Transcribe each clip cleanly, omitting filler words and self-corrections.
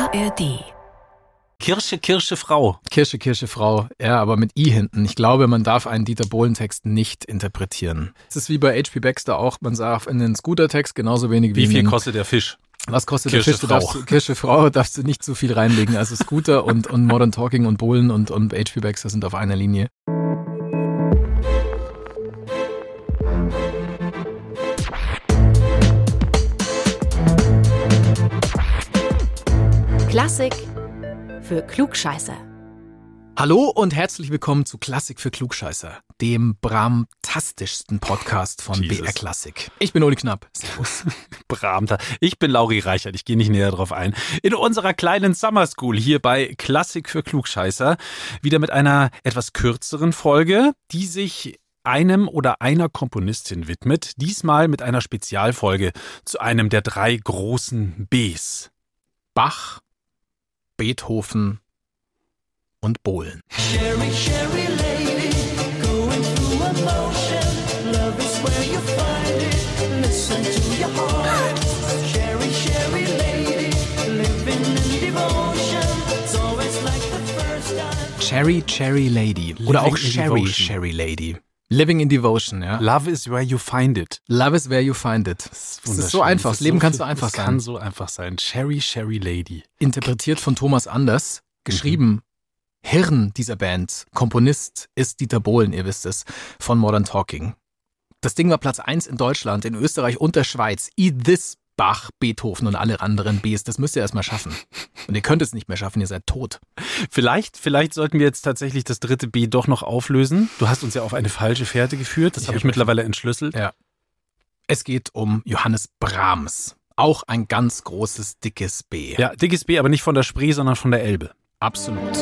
ARD. Kirsche, Kirsche, Frau. Kirsche, Kirsche, Frau. Ja, aber mit I hinten. Ich glaube, man darf einen Dieter Bohlen-Text nicht interpretieren. Es ist wie bei H.P. Baxter auch. Man darf in den Scooter-Text genauso wenig wie Wie viel kostet der Fisch? Was kostet Kirsche, der Fisch? Frau. Kirsche, Frau darfst du nicht so viel reinlegen. Also Scooter und Modern Talking und Bohlen und H.P. Baxter sind auf einer Linie. Klassik für Klugscheißer. Hallo und herzlich willkommen zu Klassik für Klugscheißer, dem bramtastischsten Podcast von Jesus. BR Klassik. Ich bin Uli Knapp. Servus. Bramter. Ich bin Lauri Reichert, ich gehe nicht näher drauf ein. In unserer kleinen Summer School hier bei Klassik für Klugscheißer wieder mit einer etwas kürzeren Folge, die sich einem oder einer Komponistin widmet. Diesmal mit einer Spezialfolge zu einem der drei großen Bs. Bach, Beethoven und Bohlen. Sherry, Sherry lady, going through emotion. Love is where you find it. Listen to your heart. Sherry, Sherry lady, living in devotion. It's always like the first time. Cherry, Cherry Lady. Oder auch Living in Sherry, Devotion. Sherry Lady. Living in Devotion, ja. Love is where you find it. Love is where you find it. Das ist so einfach. Das Leben kann so einfach sein. Kann so einfach sein. Sherry, Sherry Lady. Interpretiert von Thomas Anders. Geschrieben, Hirn dieser Band. Komponist ist Dieter Bohlen, ihr wisst es, von Modern Talking. Das Ding war Platz 1 in Deutschland, in Österreich und der Schweiz. Eat this, Bach, Beethoven und alle anderen Bs. Das müsst ihr erstmal schaffen. Und ihr könnt es nicht mehr schaffen, ihr seid tot. Vielleicht sollten wir jetzt tatsächlich das dritte B doch noch auflösen. Du hast uns ja auf eine falsche Fährte geführt. Das habe ich mittlerweile entschlüsselt. Ja. Es geht um Johannes Brahms. Auch ein ganz großes, dickes B. Ja, dickes B, aber nicht von der Spree, sondern von der Elbe. Absolut.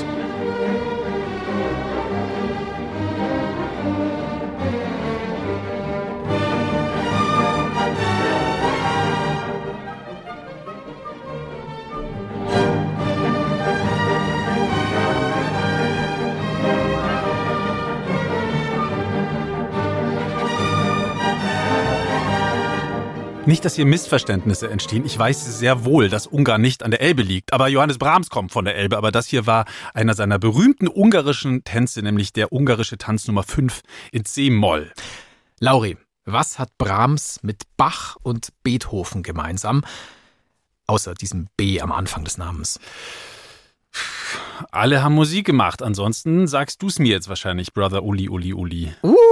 Nicht, dass hier Missverständnisse entstehen. Ich weiß sehr wohl, dass Ungarn nicht an der Elbe liegt. Aber Johannes Brahms kommt von der Elbe. Aber das hier war einer seiner berühmten ungarischen Tänze, nämlich der ungarische Tanz Nummer 5 in C-Moll. Lauri, was hat Brahms mit Bach und Beethoven gemeinsam? Außer diesem B am Anfang des Namens. Alle haben Musik gemacht. Ansonsten sagst du es mir jetzt wahrscheinlich, Brother Uli, Uli, Uli.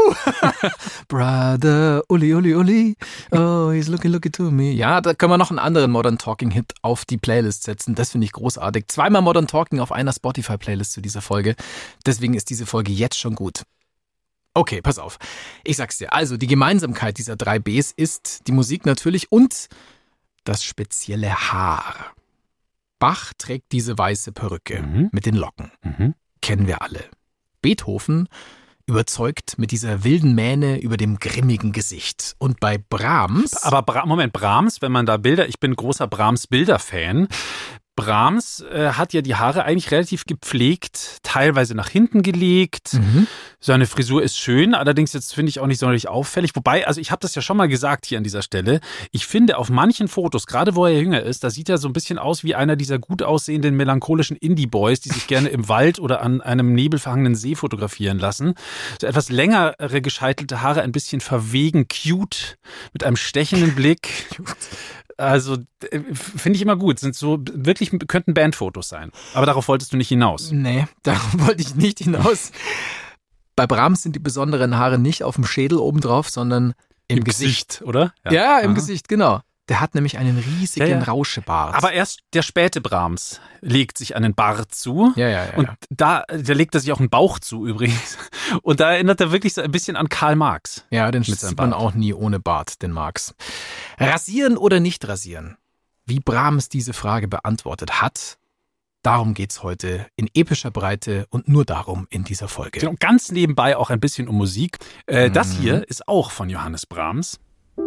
Brother Uli, Uli, Uli, oh, he's looking to me. Ja, da können wir noch einen anderen Modern Talking Hit auf die Playlist setzen. Das finde ich großartig. 2-mal Modern Talking auf einer Spotify-Playlist zu dieser Folge. Deswegen ist diese Folge jetzt schon gut. Okay, pass auf. Ich sag's dir. Also, die Gemeinsamkeit dieser 3 Bs ist die Musik natürlich und das spezielle Haar. Bach trägt diese weiße Perücke mit den Locken. Kennen wir alle. Beethoven überzeugt mit dieser wilden Mähne über dem grimmigen Gesicht. Und bei Brahms... Aber Brahms, wenn man da Bilder... Ich bin großer Brahms-Bilder-Fan. Brahms hat ja die Haare eigentlich relativ gepflegt, teilweise nach hinten gelegt. Seine Frisur ist schön, allerdings jetzt finde ich auch nicht sonderlich auffällig. Wobei, also ich habe das ja schon mal gesagt hier an dieser Stelle, ich finde auf manchen Fotos, gerade wo er jünger ist, da sieht er so ein bisschen aus wie einer dieser gut aussehenden melancholischen Indie-Boys, die sich gerne im Wald oder an einem nebelverhangenen See fotografieren lassen. So etwas längere gescheitelte Haare, ein bisschen verwegen, cute, mit einem stechenden Blick. Also, finde ich immer gut. Sind so, wirklich, könnten Bandfotos sein. Aber darauf wolltest du nicht hinaus. Nee, darauf wollte ich nicht hinaus. Bei Brahms sind die besonderen Haare nicht auf dem Schädel obendrauf, sondern im Gesicht. Oder? Ja, im Gesicht, genau. Der hat nämlich einen riesigen Rauschebart. Aber erst der späte Brahms legt sich einen Bart zu. Ja. Und da legt er sich auch einen Bauch zu übrigens. Und da erinnert er wirklich so ein bisschen an Karl Marx. Ja, den sieht man auch nie ohne Bart, den Marx. Rasieren oder nicht rasieren? Wie Brahms diese Frage beantwortet hat, darum geht's heute in epischer Breite und nur darum in dieser Folge. Genau, ganz nebenbei auch ein bisschen um Musik. Das hier ist auch von Johannes Brahms.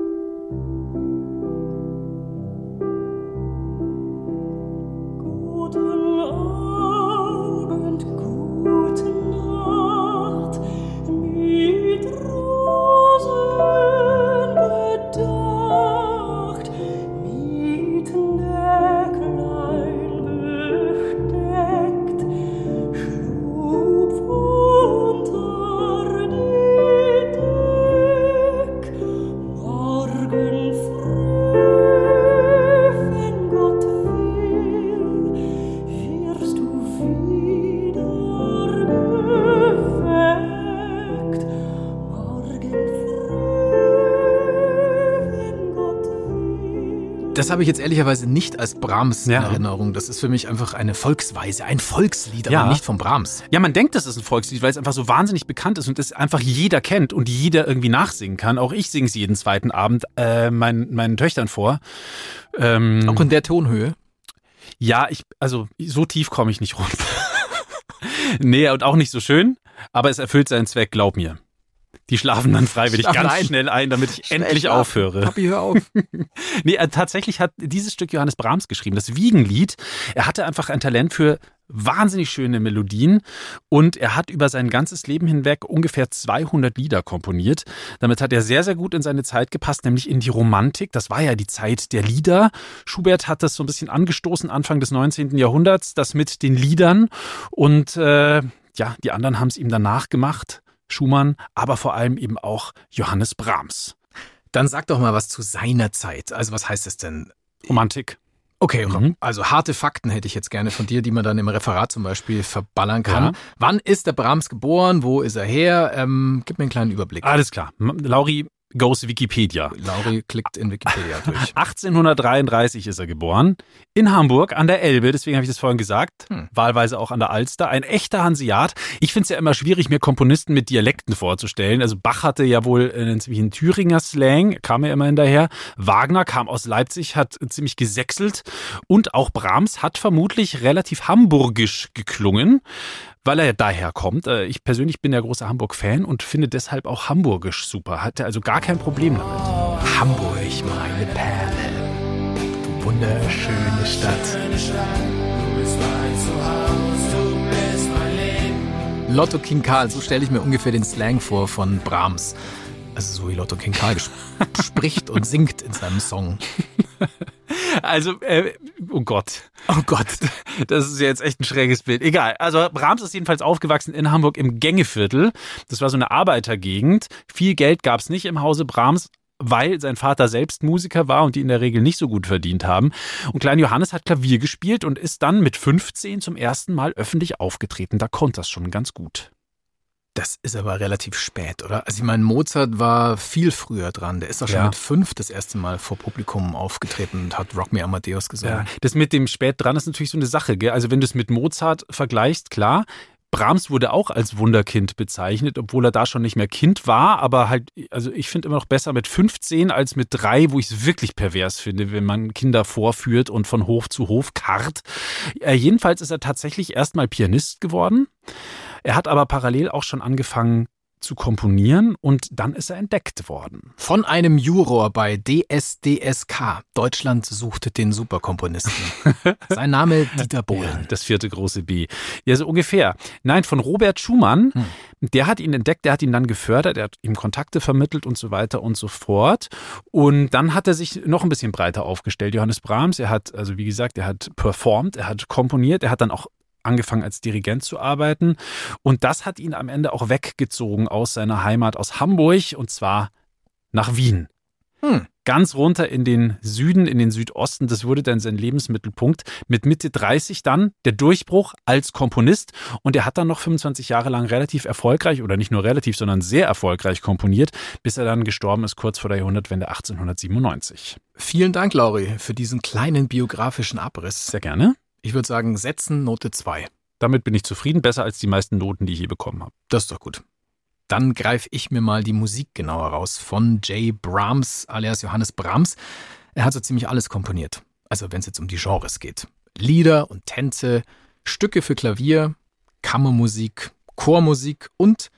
Guten Abend, gute Nacht, mit Rosen bedacht, mit Necklein Das habe ich jetzt ehrlicherweise nicht als Brahms in Ja. Erinnerung. Das ist für mich einfach eine Volksweise, ein Volkslied, Ja. aber nicht von Brahms. Ja, man denkt, das ist ein Volkslied, weil es einfach so wahnsinnig bekannt ist und es einfach jeder kennt und jeder irgendwie nachsingen kann. Auch ich singe es jeden zweiten Abend meinen Töchtern vor. Auch in der Tonhöhe. Ja, so tief komme ich nicht runter. Nee, und auch nicht so schön, aber es erfüllt seinen Zweck, glaub mir. Die schlafen dann freiwillig Schlafen ganz ein. schnell ein, damit ich endlich schlafen. aufhöre. Papi, hör auf. Nee, tatsächlich hat dieses Stück Johannes Brahms geschrieben, das Wiegenlied. Er hatte einfach ein Talent für wahnsinnig schöne Melodien und er hat über sein ganzes Leben hinweg ungefähr 200 Lieder komponiert. Damit hat er sehr, sehr gut in seine Zeit gepasst, nämlich in die Romantik. Das war ja die Zeit der Lieder. Schubert hat das so ein bisschen angestoßen Anfang des 19. Jahrhunderts, das mit den Liedern. Und die anderen haben es ihm danach gemacht. Schumann, aber vor allem eben auch Johannes Brahms. Dann sag doch mal was zu seiner Zeit. Also was heißt das denn? Romantik. Okay, also harte Fakten hätte ich jetzt gerne von dir, die man dann im Referat zum Beispiel verballern kann. Ja. Wann ist der Brahms geboren? Wo ist er her? Gib mir einen kleinen Überblick. Alles klar. Lauri goes Wikipedia. Lauri klickt in Wikipedia durch. 1833 ist er geboren, in Hamburg an der Elbe, deswegen habe ich das vorhin gesagt, wahlweise auch an der Alster, ein echter Hanseat. Ich finde es ja immer schwierig, mir Komponisten mit Dialekten vorzustellen. Also Bach hatte ja wohl einen ziemlichen Thüringer Slang, kam ja immerhin daher. Wagner kam aus Leipzig, hat ziemlich gesächselt und auch Brahms hat vermutlich relativ hamburgisch geklungen, weil er ja daher kommt. Ich persönlich bin ja großer Hamburg-Fan und finde deshalb auch hamburgisch super. Hatte also gar kein Problem damit. Hamburg, meine Perle. Du wunderschöne Stadt. Lotto King Karl, so stelle ich mir ungefähr den Slang vor von Brahms. Also so wie Lotto King Karl spricht und singt in seinem Song. Also, oh Gott. Oh Gott. Das ist ja jetzt echt ein schräges Bild. Egal. Also Brahms ist jedenfalls aufgewachsen in Hamburg im Gängeviertel. Das war so eine Arbeitergegend. Viel Geld gab es nicht im Hause Brahms, weil sein Vater selbst Musiker war und die in der Regel nicht so gut verdient haben. Und Klein Johannes hat Klavier gespielt und ist dann mit 15 zum ersten Mal öffentlich aufgetreten. Da konnte das schon ganz gut. Das ist aber relativ spät, oder? Also ich meine, Mozart war viel früher dran. Der ist doch schon mit 5 das erste Mal vor Publikum aufgetreten und hat Rock Me Amadeus gesungen. Ja, das mit dem spät dran ist natürlich so eine Sache, gell? Also wenn du es mit Mozart vergleichst, klar, Brahms wurde auch als Wunderkind bezeichnet, obwohl er da schon nicht mehr Kind war, aber halt, also ich finde immer noch besser mit 15 als mit 3, wo ich es wirklich pervers finde, wenn man Kinder vorführt und von Hof zu Hof karrt. Jedenfalls ist er tatsächlich erstmal Pianist geworden. Er hat aber parallel auch schon angefangen zu komponieren und dann ist er entdeckt worden. Von einem Juror bei DSDSK. Deutschland suchte den Superkomponisten. Sein Name Dieter Bohlen. Das 4. große B. Ja, so ungefähr. Nein, von Robert Schumann. Der hat ihn entdeckt, der hat ihn dann gefördert, er hat ihm Kontakte vermittelt und so weiter und so fort. Und dann hat er sich noch ein bisschen breiter aufgestellt. Johannes Brahms, er hat, also wie gesagt, er hat performt, er hat komponiert, er hat dann auch angefangen als Dirigent zu arbeiten und das hat ihn am Ende auch weggezogen aus seiner Heimat aus Hamburg und zwar nach Wien. Ganz runter in den Süden, in den Südosten, das wurde dann sein Lebensmittelpunkt. Mit Mitte 30 dann der Durchbruch als Komponist und er hat dann noch 25 Jahre lang relativ erfolgreich oder nicht nur relativ, sondern sehr erfolgreich komponiert, bis er dann gestorben ist kurz vor der Jahrhundertwende 1897. Vielen Dank, Lauri, für diesen kleinen biografischen Abriss. Sehr gerne. Ich würde sagen, Sätzen Note 2. Damit bin ich zufrieden, besser als die meisten Noten, die ich je bekommen habe. Das ist doch gut. Dann greife ich mir mal die Musik genauer raus von J. Brahms alias Johannes Brahms. Er hat so ziemlich alles komponiert. Also wenn es jetzt um die Genres geht. Lieder und Tänze, Stücke für Klavier, Kammermusik, Chormusik und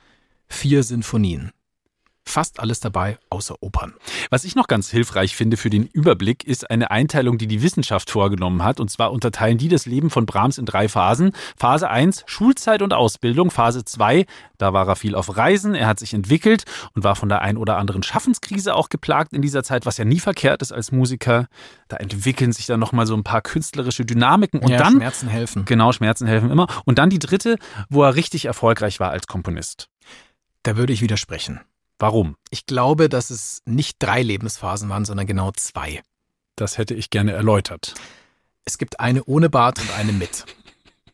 4 Sinfonien. Fast alles dabei, außer Opern. Was ich noch ganz hilfreich finde für den Überblick, ist eine Einteilung, die die Wissenschaft vorgenommen hat. Und zwar unterteilen die das Leben von Brahms in 3 Phasen. Phase 1, Schulzeit und Ausbildung. Phase 2, da war er viel auf Reisen. Er hat sich entwickelt und war von der ein oder anderen Schaffenskrise auch geplagt in dieser Zeit, was ja nie verkehrt ist als Musiker. Da entwickeln sich dann nochmal so ein paar künstlerische Dynamiken. Und ja, dann, Schmerzen helfen. Genau, Schmerzen helfen immer. Und dann die 3, wo er richtig erfolgreich war als Komponist. Da würde ich widersprechen. Warum? Ich glaube, dass es nicht 3 Lebensphasen waren, sondern genau 2. Das hätte ich gerne erläutert. Es gibt eine ohne Bart und eine mit.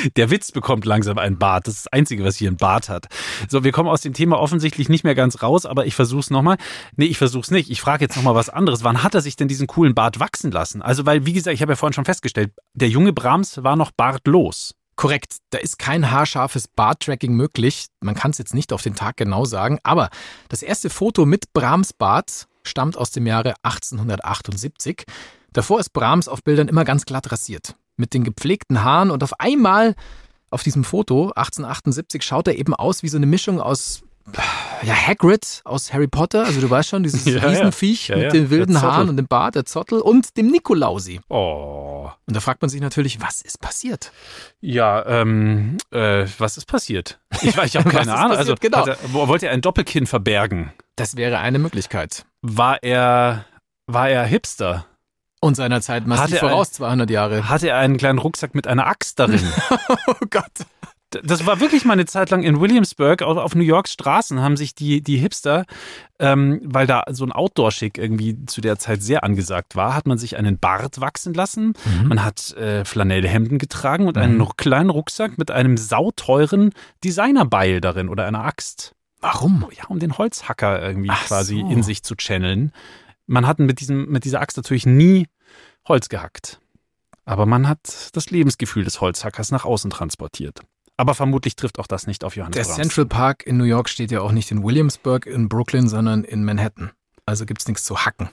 Der Witz bekommt langsam einen Bart. Das ist das Einzige, was hier einen Bart hat. So, wir kommen aus dem Thema offensichtlich nicht mehr ganz raus, aber ich versuch's nochmal. Nee, ich versuch's nicht. Ich frage jetzt nochmal was anderes. Wann hat er sich denn diesen coolen Bart wachsen lassen? Also, weil, wie gesagt, ich habe ja vorhin schon festgestellt, der junge Brahms war noch bartlos. Korrekt, da ist kein haarscharfes Barttracking möglich. Man kann es jetzt nicht auf den Tag genau sagen, aber das erste Foto mit Brahms Bart stammt aus dem Jahre 1878. Davor ist Brahms auf Bildern immer ganz glatt rasiert, mit den gepflegten Haaren und auf einmal auf diesem Foto 1878 schaut er eben aus wie so eine Mischung aus Hagrid aus Harry Potter, also du weißt schon, dieses Riesenviech mit den wilden Haaren und dem Bart, der Zottel und dem Nikolausi. Oh. Und da fragt man sich natürlich, was ist passiert? Ja, was ist passiert? Ich habe keine Ahnung. Also, genau. Wollte er ein Doppelkinn verbergen? Das wäre eine Möglichkeit. War er Hipster? Und seiner Zeit massiv voraus, 200 Jahre. Hatte er einen kleinen Rucksack mit einer Axt darin? Oh Gott. Das war wirklich mal eine Zeit lang in Williamsburg, auf New Yorks Straßen haben sich die Hipster, weil da so ein Outdoor-Schick irgendwie zu der Zeit sehr angesagt war, hat man sich einen Bart wachsen lassen. Man hat Flanellhemden getragen und einen kleinen Rucksack mit einem sauteuren Designerbeil darin oder einer Axt. Warum? Ja, um den Holzhacker irgendwie quasi in sich zu channeln. Man hat mit dieser Axt natürlich nie Holz gehackt. Aber man hat das Lebensgefühl des Holzhackers nach außen transportiert. Aber vermutlich trifft auch das nicht auf Johannes Brahms. Der Central Park in New York steht ja auch nicht in Williamsburg, in Brooklyn, sondern in Manhattan. Also gibt's nichts zu hacken.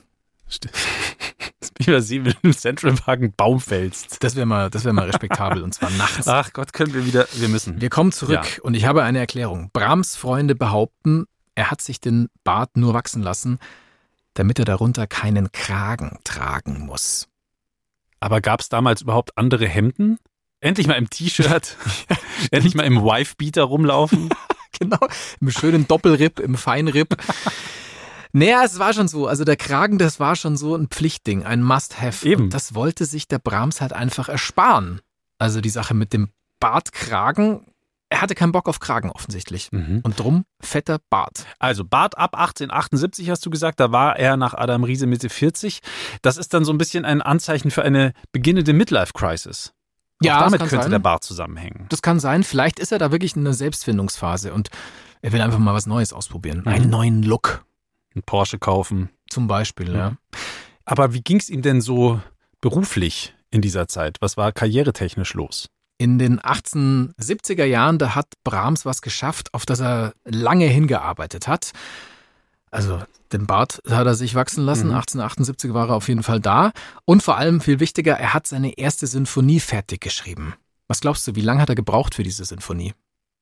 Wie man sieht, wenn du im Central Park einen Baum fällst. Das wäre mal respektabel und zwar nachts. Ach Gott, wir müssen. Wir kommen zurück und ich habe eine Erklärung. Brahms Freunde behaupten, er hat sich den Bart nur wachsen lassen, damit er darunter keinen Kragen tragen muss. Aber gab es damals überhaupt andere Hemden? Endlich mal im T-Shirt, endlich mal im Wife-Beater rumlaufen. Genau, im schönen Doppelripp, im Feinripp. Naja, es war schon so. Also der Kragen, das war schon so ein Pflichtding, ein Must-Have. Eben. Und das wollte sich der Brahms halt einfach ersparen. Also die Sache mit dem Bartkragen, er hatte keinen Bock auf Kragen offensichtlich. Und drum fetter Bart. Also Bart ab 1878 hast du gesagt, da war er nach Adam Riese Mitte 40. Das ist dann so ein bisschen ein Anzeichen für eine beginnende Midlife-Crisis. Ja, auch damit könnte der Bart zusammenhängen. Das kann sein. Vielleicht ist er da wirklich in einer Selbstfindungsphase und er will einfach mal was Neues ausprobieren. Einen neuen Look. Einen Porsche kaufen. Zum Beispiel, ja. Aber wie ging es ihm denn so beruflich in dieser Zeit? Was war karrieretechnisch los? In den 1870er Jahren, da hat Brahms was geschafft, auf das er lange hingearbeitet hat. Also den Bart hat er sich wachsen lassen. 1878 war er auf jeden Fall da. Und vor allem, viel wichtiger, er hat seine erste Sinfonie fertig geschrieben. Was glaubst du, wie lange hat er gebraucht für diese Sinfonie?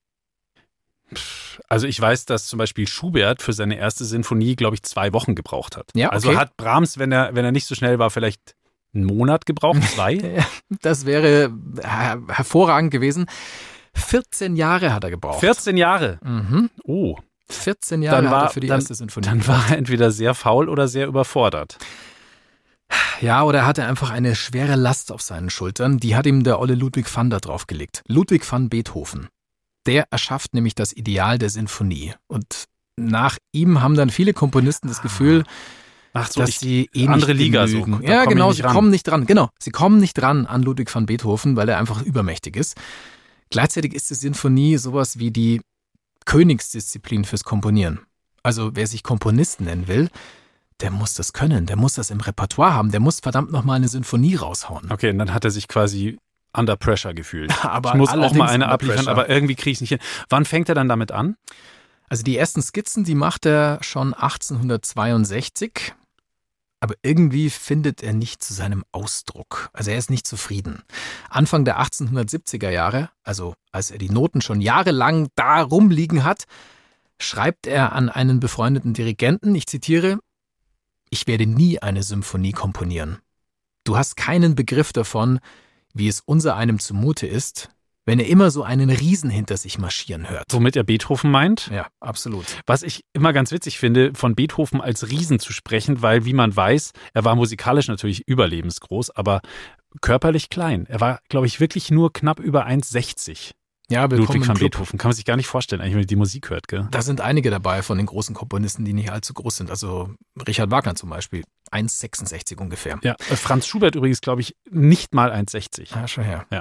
Also ich weiß, dass zum Beispiel Schubert für seine erste Sinfonie, glaube ich, 2 Wochen gebraucht hat. Ja, okay. Also hat Brahms, wenn er nicht so schnell war, vielleicht einen Monat gebraucht, 2? Das wäre hervorragend gewesen. 14 Jahre hat er gebraucht. 14 Jahre? Oh. 14 Jahre hat er für die erste Sinfonie. Dann war er entweder sehr faul oder sehr überfordert. Ja, oder er hatte einfach eine schwere Last auf seinen Schultern. Die hat ihm der olle Ludwig van da draufgelegt. Ludwig van Beethoven. Der erschafft nämlich das Ideal der Sinfonie. Und nach ihm haben dann viele Komponisten das Gefühl, dass sie nicht andere Liga genügen. so. Ja, genau, sie kommen nicht dran. Genau, sie kommen nicht dran an Ludwig van Beethoven, weil er einfach übermächtig ist. Gleichzeitig ist die Sinfonie sowas wie die Königsdisziplin fürs Komponieren. Also wer sich Komponist nennen will, der muss das können, der muss das im Repertoire haben, der muss verdammt nochmal eine Sinfonie raushauen. Okay, und dann hat er sich quasi under pressure gefühlt. Aber ich muss auch mal eine under abliefern, pressure. aber irgendwie kriege ich es nicht hin. Wann fängt er dann damit an? Also die ersten Skizzen, die macht er schon 1862. Aber irgendwie findet er nicht zu seinem Ausdruck. Also er ist nicht zufrieden. Anfang der 1870er Jahre, also als er die Noten schon jahrelang da rumliegen hat, schreibt er an einen befreundeten Dirigenten, ich zitiere, „Ich werde nie eine Symphonie komponieren. Du hast keinen Begriff davon, wie es unsereinem zumute ist, wenn er immer so einen Riesen hinter sich marschieren hört." Womit er Beethoven meint? Ja, absolut. Was ich immer ganz witzig finde, von Beethoven als Riesen zu sprechen, weil, wie man weiß, er war musikalisch natürlich überlebensgroß, aber körperlich klein. Er war, glaube ich, wirklich nur knapp über 1,60. Ja, Ludwig van Beethoven. Kann man sich gar nicht vorstellen, eigentlich, wenn man die Musik hört, gell? Da sind einige dabei von den großen Komponisten, die nicht allzu groß sind. Also Richard Wagner zum Beispiel, 1,66 ungefähr. Ja, Franz Schubert übrigens, glaube ich, nicht mal 1,60. Ja, schon her. Ja.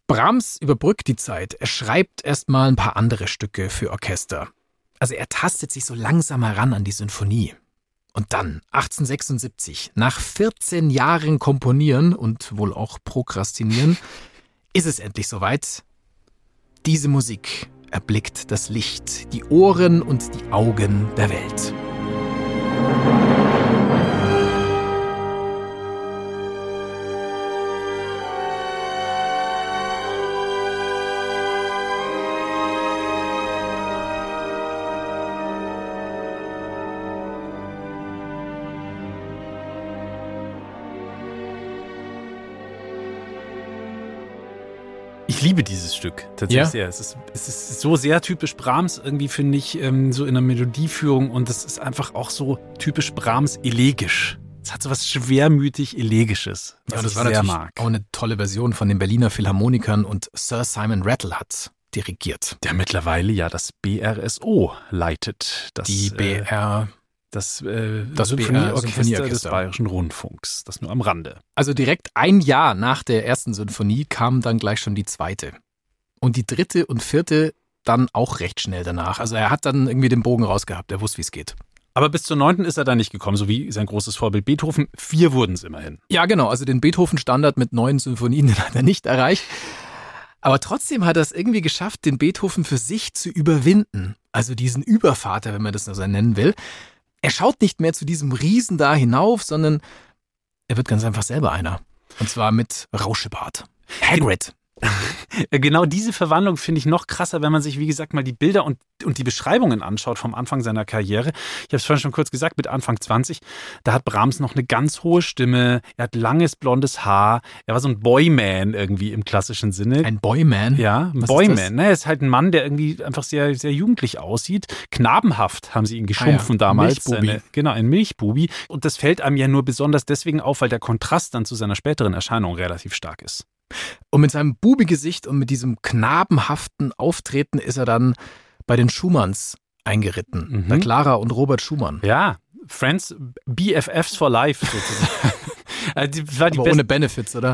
Brahms überbrückt die Zeit. Er schreibt erstmal ein paar andere Stücke für Orchester. Also er tastet sich so langsam heran an die Sinfonie. Und dann, 1876, nach 14 Jahren Komponieren und wohl auch Prokrastinieren, ist es endlich soweit. Diese Musik erblickt das Licht, die Ohren und die Augen der Welt. Ich liebe dieses Stück tatsächlich sehr. Es ist so sehr typisch Brahms irgendwie, finde ich, so in der Melodieführung, und es ist einfach auch so typisch Brahms elegisch. Es hat so was schwermütig Elegisches, was Ja, das ich war sehr natürlich mag. auch eine tolle Version von den Berliner Philharmonikern, und Sir Simon Rattle hat dirigiert. Der mittlerweile ja das BRSO leitet. Die BR. Das Symphonieorchester Symphonieorchester des Bayerischen Rundfunks. Das nur am Rande. Also direkt ein Jahr nach der ersten Sinfonie kam dann gleich schon die zweite. Und die dritte und vierte dann auch recht schnell danach. Also er hat dann irgendwie den Bogen rausgehabt. Er wusste, wie es geht. Aber bis zur 9. ist er da nicht gekommen, so wie sein großes Vorbild Beethoven. 4 wurden es immerhin. Ja, genau. Also den Beethoven-Standard mit 9 Sinfonien, den hat er nicht erreicht. Aber trotzdem hat er es irgendwie geschafft, den Beethoven für sich zu überwinden. Also diesen Übervater, wenn man das so nennen will. Er schaut nicht mehr zu diesem Riesen da hinauf, sondern er wird ganz einfach selber einer. Und zwar mit Rauschebart. Hagrid. Genau diese Verwandlung finde ich noch krasser, wenn man sich, wie gesagt, mal die Bilder und die Beschreibungen anschaut vom Anfang seiner Karriere. Ich habe es vorhin schon kurz gesagt, mit Anfang 20, da hat Brahms noch eine ganz hohe Stimme, er hat langes blondes Haar, er war so ein Boyman irgendwie im klassischen Sinne. Ein Boyman? Ja, ein Was Boyman. ist das? Ne? Er ist halt ein Mann, der irgendwie einfach sehr, sehr jugendlich aussieht. Knabenhaft haben sie ihn geschumpfen damals. Milchbubi. Genau, ein Milchbubi. Und das fällt einem ja nur besonders deswegen auf, weil der Kontrast dann zu seiner späteren Erscheinung relativ stark ist. Und mit seinem Bubigesicht und mit diesem knabenhaften Auftreten ist er dann bei den Schumanns eingeritten. Bei Clara und Robert Schumann. Ja, Friends, BFFs for life sozusagen. Also die war die Aber ohne Benefits, oder?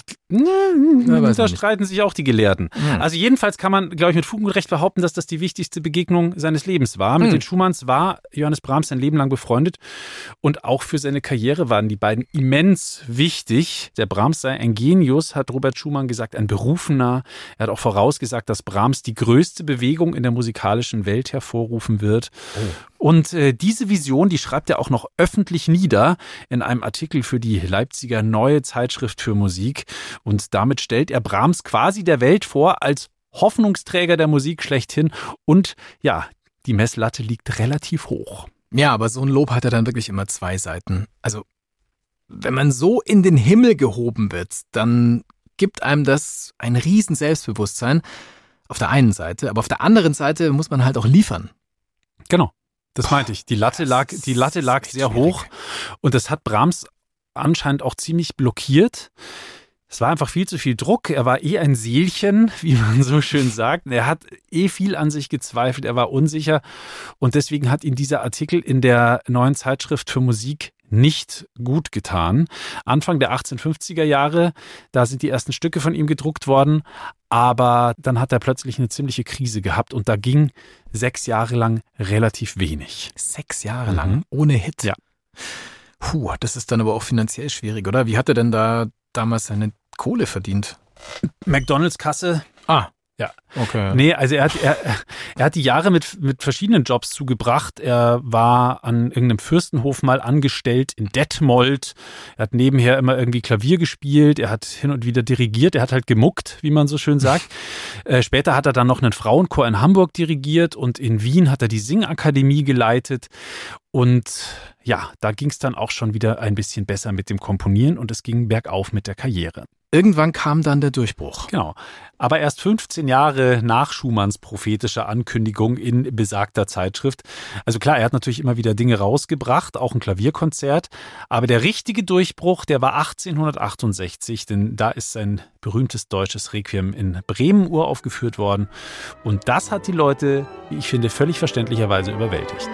Da weiß man nicht. streiten sich auch die Gelehrten. Also jedenfalls kann man, glaube ich, mit Fug und Recht behaupten, dass das die wichtigste Begegnung seines Lebens war. Mit den Schumanns war Johannes Brahms sein Leben lang befreundet, und auch für seine Karriere waren die beiden immens wichtig. Der Brahms sei ein Genius, hat Robert Schumann gesagt, ein Berufener. Er hat auch vorausgesagt, dass Brahms die größte Bewegung in der musikalischen Welt hervorrufen wird. Und diese Vision, die schreibt er auch noch öffentlich nieder in einem Artikel für die Leipziger Neue Zeitschrift für Musik. Und damit stellt er Brahms quasi der Welt vor als Hoffnungsträger der Musik schlechthin. Und ja, die Messlatte liegt relativ hoch. Ja, aber so ein Lob hat er dann wirklich immer zwei Seiten. Also, wenn man so in den Himmel gehoben wird, dann gibt einem das ein riesen Selbstbewusstsein auf der einen Seite, aber auf der anderen Seite muss man halt auch liefern. Genau, das meinte ich. Die Latte lag sehr hoch, und das hat Brahms anscheinend auch ziemlich blockiert. Es war einfach viel zu viel Druck. Er war ein Seelchen, wie man so schön sagt. Er hat viel an sich gezweifelt. Er war unsicher. Und deswegen hat ihn dieser Artikel in der Neuen Zeitschrift für Musik nicht gut getan. Anfang der 1850er Jahre, da sind die ersten Stücke von ihm gedruckt worden. Aber dann hat er plötzlich eine ziemliche Krise gehabt. Und da ging 6 Jahre lang relativ wenig. 6 Jahre lang ohne Hit. Ja. Puh, das ist dann aber auch finanziell schwierig, oder? Wie hat er denn da damals seine Kohle verdient? McDonalds Kasse. Ja. Okay. Nee, also er hat die Jahre mit verschiedenen Jobs zugebracht. Er war an irgendeinem Fürstenhof mal angestellt in Detmold. Er hat nebenher immer irgendwie Klavier gespielt. Er hat hin und wieder dirigiert. Er hat halt gemuckt, wie man so schön sagt. Später hat er dann noch einen Frauenchor in Hamburg dirigiert, und in Wien hat er die Singakademie geleitet. Und ja, da ging es dann auch schon wieder ein bisschen besser mit dem Komponieren, und es ging bergauf mit der Karriere. Irgendwann kam dann der Durchbruch. Genau. Aber erst 15 Jahre nach Schumanns prophetischer Ankündigung in besagter Zeitschrift. Also klar, er hat natürlich immer wieder Dinge rausgebracht, auch ein Klavierkonzert. Aber der richtige Durchbruch, der war 1868, denn da ist sein berühmtes deutsches Requiem in Bremen uraufgeführt worden. Und das hat die Leute, wie ich finde, völlig verständlicherweise überwältigt.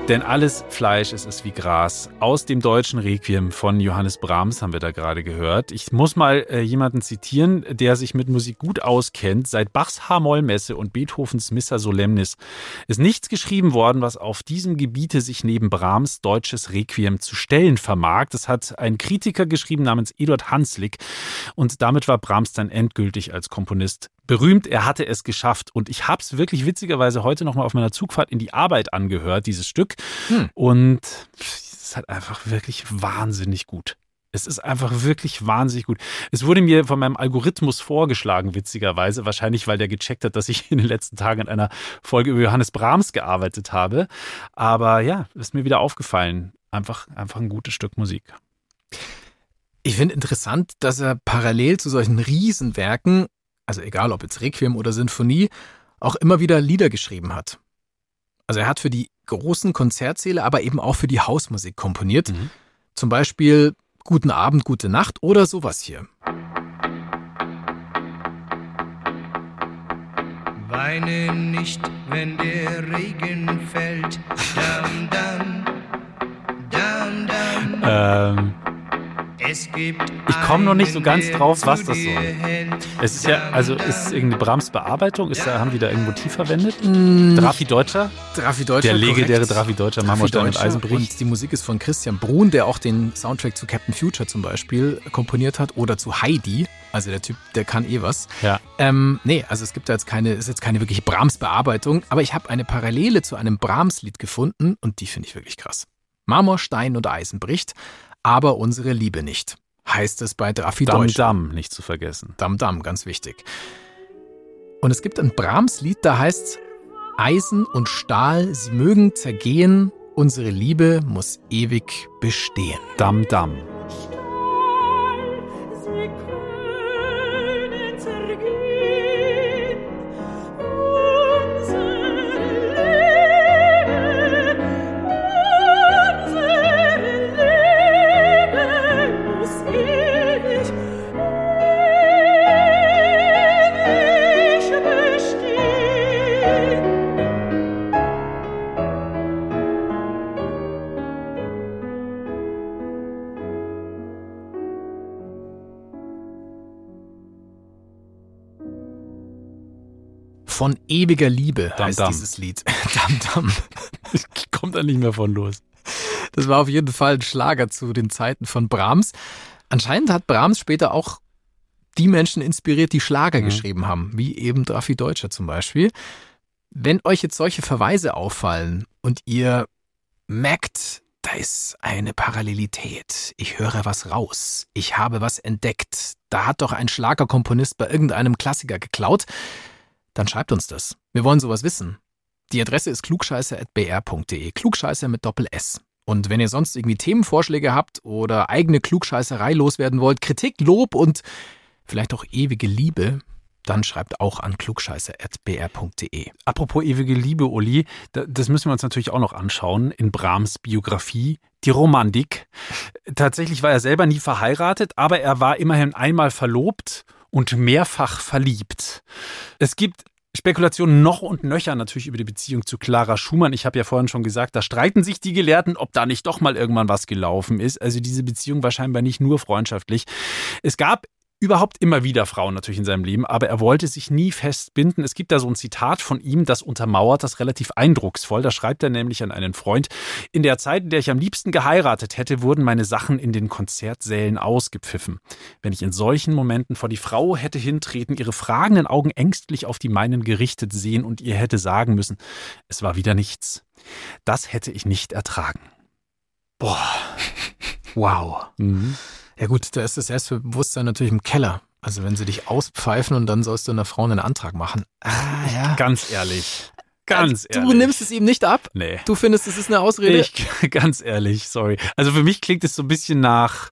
Denn alles Fleisch, es ist wie Gras. Aus dem deutschen Requiem von Johannes Brahms haben wir da gerade gehört. Ich muss mal jemanden zitieren, der sich mit Musik gut auskennt. Seit Bachs H-Moll-Messe und Beethovens Missa Solemnis ist nichts geschrieben worden, was auf diesem Gebiete sich neben Brahms deutsches Requiem zu stellen vermag. Das hat ein Kritiker geschrieben namens Eduard Hanslick. Und damit war Brahms dann endgültig als Komponist berühmt. Er hatte es geschafft. Und ich habe es wirklich witzigerweise heute nochmal auf meiner Zugfahrt in die Arbeit angehört, dieses Stück. Und es ist halt einfach wirklich wahnsinnig gut. Es ist einfach wirklich wahnsinnig gut. Es wurde mir von meinem Algorithmus vorgeschlagen, witzigerweise. Wahrscheinlich, weil der gecheckt hat, dass ich in den letzten Tagen an einer Folge über Johannes Brahms gearbeitet habe. Aber ja, ist mir wieder aufgefallen. Einfach ein gutes Stück Musik. Ich finde interessant, dass er parallel zu solchen Riesenwerken, also egal ob jetzt Requiem oder Sinfonie, auch immer wieder Lieder geschrieben hat. Also er hat für die großen Konzertsäle, aber eben auch für die Hausmusik komponiert. Zum Beispiel Guten Abend, Gute Nacht oder sowas hier. Weine nicht, wenn der Regen fällt. Dam, dam, dam, dam. Es gibt Ich komme noch nicht so ganz drauf, was das soll. Es ist ja, also ist irgendeine Brahms-Bearbeitung? Haben die da irgendein Motiv verwendet? Drafi Deutscher? Drafi Deutscher, Der legendäre korrekt. Drafi Deutscher, Marmorstein und Eisenbrich. Und die Musik ist von Christian Bruhn, der auch den Soundtrack zu Captain Future zum Beispiel komponiert hat oder zu Heidi. Also der Typ, der kann was. Ja. Nee, also es gibt da jetzt ist jetzt keine wirkliche Brahms-Bearbeitung, aber ich habe eine Parallele zu einem Brahms-Lied gefunden und die finde ich wirklich krass. Marmor, Stein und Eisen bricht, aber unsere Liebe nicht, heißt es bei Drafi Dam Deutscher. Dam, nicht zu vergessen. Dam Dam, ganz wichtig. Und es gibt ein Brahms-Lied, da heißt Eisen und Stahl, sie mögen zergehen, unsere Liebe muss ewig bestehen. Dam Dam. Sie können zergehen, unsere Liebe muss ewig bestehen. Von ewiger Liebe Dam heißt Dam. dieses Lied. Dam Dam. Ich komme da nicht mehr von los. Das war auf jeden Fall ein Schlager zu den Zeiten von Brahms. Anscheinend hat Brahms später auch die Menschen inspiriert, die Schlager geschrieben haben, wie eben Drafi Deutscher zum Beispiel. Wenn euch jetzt solche Verweise auffallen und ihr merkt, da ist eine Parallelität, ich höre was raus, ich habe was entdeckt, da hat doch ein Schlagerkomponist bei irgendeinem Klassiker geklaut, dann schreibt uns das. Wir wollen sowas wissen. Die Adresse ist klugscheißer@br.de. Klugscheißer mit Doppel-S. Und wenn ihr sonst irgendwie Themenvorschläge habt oder eigene Klugscheißerei loswerden wollt, Kritik, Lob und vielleicht auch ewige Liebe, dann schreibt auch an klugscheißer@br.de. Apropos ewige Liebe, Uli, das müssen wir uns natürlich auch noch anschauen in Brahms Biografie, die Romantik. Tatsächlich war er selber nie verheiratet, aber er war immerhin einmal verlobt und mehrfach verliebt. Es gibt Spekulationen noch und nöcher natürlich über die Beziehung zu Clara Schumann. Ich habe ja vorhin schon gesagt, da streiten sich die Gelehrten, ob da nicht doch mal irgendwann was gelaufen ist. Also diese Beziehung war scheinbar nicht nur freundschaftlich. Es gab überhaupt immer wieder Frauen natürlich in seinem Leben, aber er wollte sich nie festbinden. Es gibt da so ein Zitat von ihm, das untermauert das relativ eindrucksvoll. Da schreibt er nämlich an einen Freund: In der Zeit, in der ich am liebsten geheiratet hätte, wurden meine Sachen in den Konzertsälen ausgepfiffen. Wenn ich in solchen Momenten vor die Frau hätte hintreten, ihre fragenden Augen ängstlich auf die meinen gerichtet sehen und ihr hätte sagen müssen, es war wieder nichts. Das hätte ich nicht ertragen. Boah, wow. Ja gut, da ist das Selbstbewusstsein natürlich im Keller. Also wenn sie dich auspfeifen und dann sollst du einer Frau einen Antrag machen. Ja. Ganz ehrlich. Ganz Du ehrlich. nimmst es ihm nicht ab? Nee. Du findest, es ist eine Ausrede? Ganz ehrlich, sorry. Also für mich klingt es so ein bisschen nach...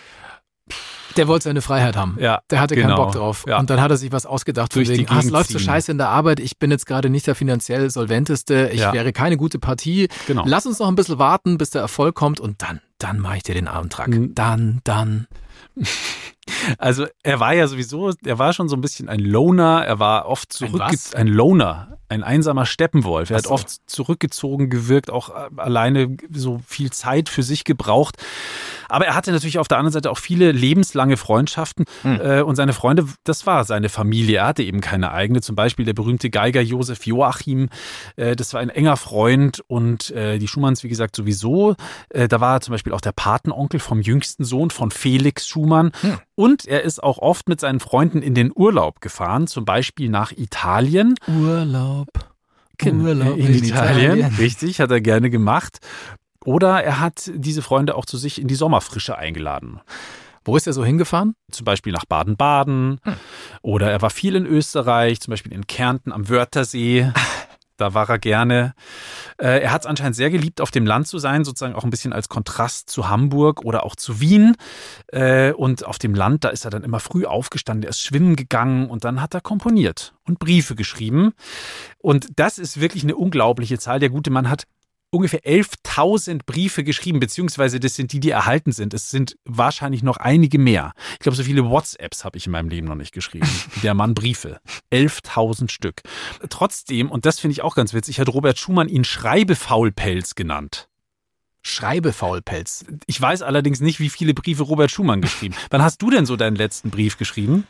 Der wollte seine Freiheit haben. Ja, Der hatte keinen genau. Bock drauf. Ja. Und dann hat er sich was ausgedacht von Durch die wegen, es Gegend läuft so ziehen. scheiße in der Arbeit, ich bin jetzt gerade nicht der finanziell solventeste, ich Ja. wäre keine gute Partie. Genau. Lass uns noch ein bisschen warten, bis der Erfolg kommt und dann mache ich dir den Antrag. Dann. Also er war schon so ein bisschen ein Loner, er war oft ein Loner, ein einsamer Steppenwolf. Er hat oft zurückgezogen gewirkt, auch alleine so viel Zeit für sich gebraucht. Aber er hatte natürlich auf der anderen Seite auch viele lebenslange Freundschaften und seine Freunde, das war seine Familie. Er hatte eben keine eigene, zum Beispiel der berühmte Geiger Josef Joachim, das war ein enger Freund und die Schumanns, wie gesagt, sowieso. Da war zum Beispiel auch der Patenonkel vom jüngsten Sohn von Felix Schumann. Und er ist auch oft mit seinen Freunden in den Urlaub gefahren, zum Beispiel nach Italien. Urlaub In Italien. Richtig, hat er gerne gemacht. Oder er hat diese Freunde auch zu sich in die Sommerfrische eingeladen. Wo ist er so hingefahren? Zum Beispiel nach Baden-Baden. Oder er war viel in Österreich, zum Beispiel in Kärnten am Wörthersee. Da war er gerne. Er hat es anscheinend sehr geliebt, auf dem Land zu sein, sozusagen auch ein bisschen als Kontrast zu Hamburg oder auch zu Wien. Und auf dem Land, da ist er dann immer früh aufgestanden, er ist schwimmen gegangen und dann hat er komponiert und Briefe geschrieben. Und das ist wirklich eine unglaubliche Zahl. Der gute Mann hat ungefähr 11.000 Briefe geschrieben, beziehungsweise das sind die erhalten sind. Es sind wahrscheinlich noch einige mehr. Ich glaube, so viele WhatsApps habe ich in meinem Leben noch nicht geschrieben. Der Mann Briefe. 11.000 Stück. Trotzdem, und das finde ich auch ganz witzig, hat Robert Schumann ihn Schreibefaulpelz genannt. Schreibefaulpelz. Ich weiß allerdings nicht, wie viele Briefe Robert Schumann geschrieben. Wann hast du denn so deinen letzten Brief geschrieben?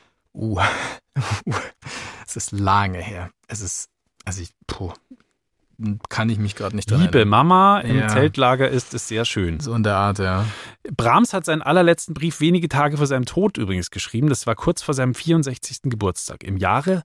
Es ist lange her. Kann ich mich gerade nicht dran Liebe erinnern. Mama, im Zeltlager ist es sehr schön. So in der Art, ja. Brahms hat seinen allerletzten Brief wenige Tage vor seinem Tod übrigens geschrieben. Das war kurz vor seinem 64. Geburtstag im Jahre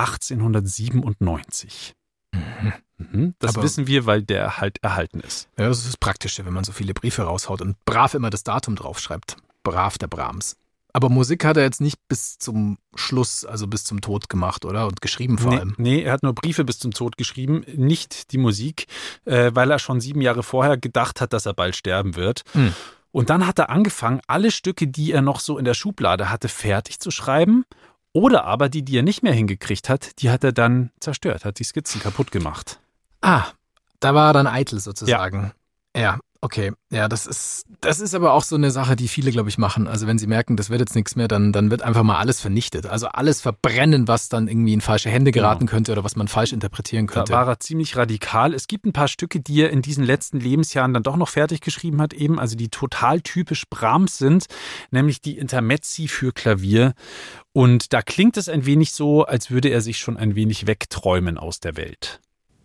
1897. Das wissen wir, weil der halt erhalten ist. Ja, das ist das Praktische, wenn man so viele Briefe raushaut und brav immer das Datum draufschreibt. Brav der Brahms. Aber Musik hat er jetzt nicht bis zum Schluss, also bis zum Tod gemacht, oder? Und geschrieben vor allem. Nee, er hat nur Briefe bis zum Tod geschrieben, nicht die Musik, weil er schon 7 Jahre vorher gedacht hat, dass er bald sterben wird. Und dann hat er angefangen, alle Stücke, die er noch so in der Schublade hatte, fertig zu schreiben. Oder aber die er nicht mehr hingekriegt hat, die hat er dann zerstört, hat die Skizzen kaputt gemacht. Da war er dann eitel sozusagen. Ja. Okay, ja, das ist aber auch so eine Sache, die viele, glaube ich, machen. Also wenn sie merken, das wird jetzt nichts mehr, dann wird einfach mal alles vernichtet. Also alles verbrennen, was dann irgendwie in falsche Hände geraten könnte oder was man falsch interpretieren könnte. Da war er ziemlich radikal. Es gibt ein paar Stücke, die er in diesen letzten Lebensjahren dann doch noch fertig geschrieben hat, eben, also die total typisch Brahms sind, nämlich die Intermezzi für Klavier. Und da klingt es ein wenig so, als würde er sich schon ein wenig wegträumen aus der Welt.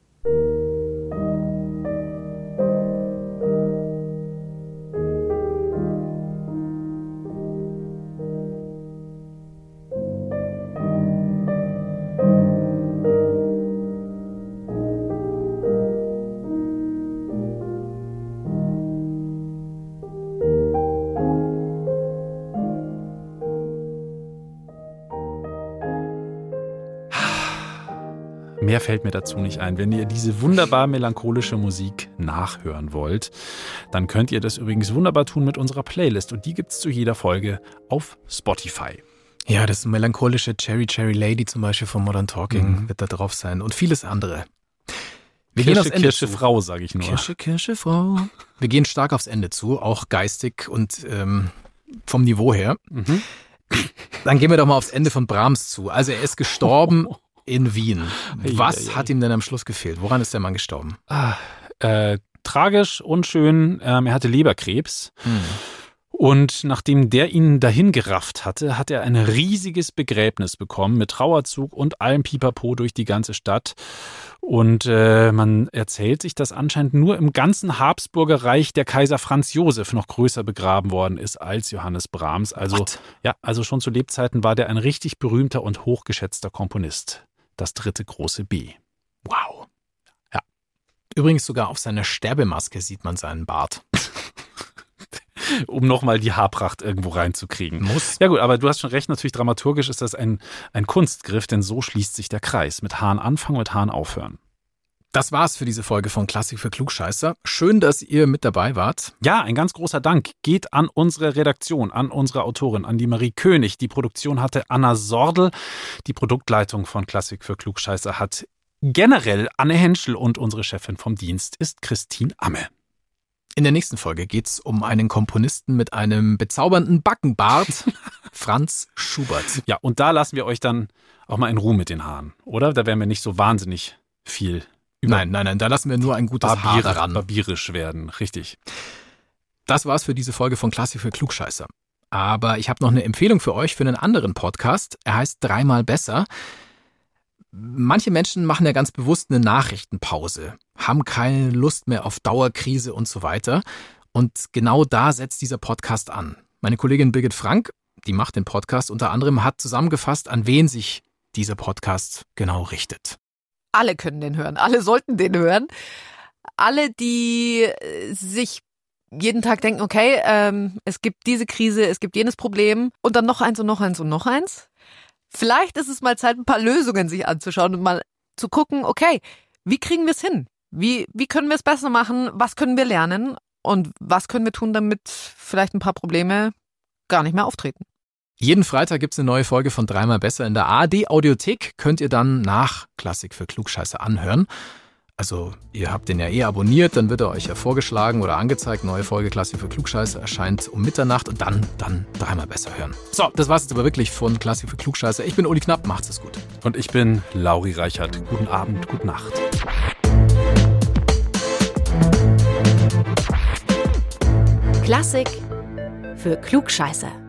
Mehr fällt mir dazu nicht ein. Wenn ihr diese wunderbar melancholische Musik nachhören wollt, dann könnt ihr das übrigens wunderbar tun mit unserer Playlist. Und die gibt's zu jeder Folge auf Spotify. Ja, das melancholische Cherry Cherry Lady zum Beispiel von Modern Talking wird da drauf sein und vieles andere. Wir gehen aufs Ende Kirsche zu. Frau, sage ich nur. Kirsche Frau. Wir gehen stark aufs Ende zu, auch geistig und vom Niveau her. Dann gehen wir doch mal aufs Ende von Brahms zu. Also er ist gestorben in Wien. Was hat ihm denn am Schluss gefehlt? Woran ist der Mann gestorben? Tragisch, unschön. Er hatte Leberkrebs. Und nachdem der ihn dahin gerafft hatte, hat er ein riesiges Begräbnis bekommen mit Trauerzug und allem Pipapo durch die ganze Stadt. Und man erzählt sich, dass anscheinend nur im ganzen Habsburger Reich der Kaiser Franz Josef noch größer begraben worden ist als Johannes Brahms. Also, also schon zu Lebzeiten war der ein richtig berühmter und hochgeschätzter Komponist. Das dritte große B. Wow. Ja. Übrigens sogar auf seiner Sterbemaske sieht man seinen Bart. Um nochmal die Haarpracht irgendwo reinzukriegen. Muss. Ja gut, aber du hast schon recht, natürlich dramaturgisch ist das ein Kunstgriff, denn so schließt sich der Kreis. Mit Haaren anfangen, mit Haaren aufhören. Das war's für diese Folge von Klassik für Klugscheißer. Schön, dass ihr mit dabei wart. Ja, ein ganz großer Dank geht an unsere Redaktion, an unsere Autorin, an die Marie König. Die Produktion hatte Anna Sordel. Die Produktleitung von Klassik für Klugscheißer hat generell Anne Henschel und unsere Chefin vom Dienst ist Christine Amme. In der nächsten Folge geht's um einen Komponisten mit einem bezaubernden Backenbart, Franz Schubert. Ja, und da lassen wir euch dann auch mal in Ruhe mit den Haaren, oder? Da werden wir nicht so wahnsinnig viel Nein, da lassen wir nur ein gutes Haar daran. barbierisch werden, richtig. Das war's für diese Folge von Klassik für Klugscheißer. Aber ich habe noch eine Empfehlung für euch für einen anderen Podcast. Er heißt Dreimal besser. Manche Menschen machen ja ganz bewusst eine Nachrichtenpause, haben keine Lust mehr auf Dauerkrise und so weiter. Und genau da setzt dieser Podcast an. Meine Kollegin Birgit Frank, die macht den Podcast unter anderem, hat zusammengefasst, an wen sich dieser Podcast genau richtet. Alle können den hören, alle sollten den hören. Alle, die sich jeden Tag denken, okay, es gibt diese Krise, es gibt jenes Problem und dann noch eins und noch eins und noch eins. Vielleicht ist es mal Zeit, ein paar Lösungen sich anzuschauen und mal zu gucken, okay, wie kriegen wir es hin? Wie können wir es besser machen? Was können wir lernen? Und was können wir tun, damit vielleicht ein paar Probleme gar nicht mehr auftreten? Jeden Freitag gibt's eine neue Folge von Dreimal besser in der ARD-Audiothek. Könnt ihr dann nach Klassik für Klugscheißer anhören. Also ihr habt den ja abonniert, dann wird er euch ja vorgeschlagen oder angezeigt. Neue Folge Klassik für Klugscheißer erscheint um Mitternacht und dann Dreimal besser hören. So, das war's jetzt aber wirklich von Klassik für Klugscheißer. Ich bin Uli Knapp, macht's es gut. Und ich bin Lauri Reichert. Guten Abend, gute Nacht. Klassik für Klugscheißer.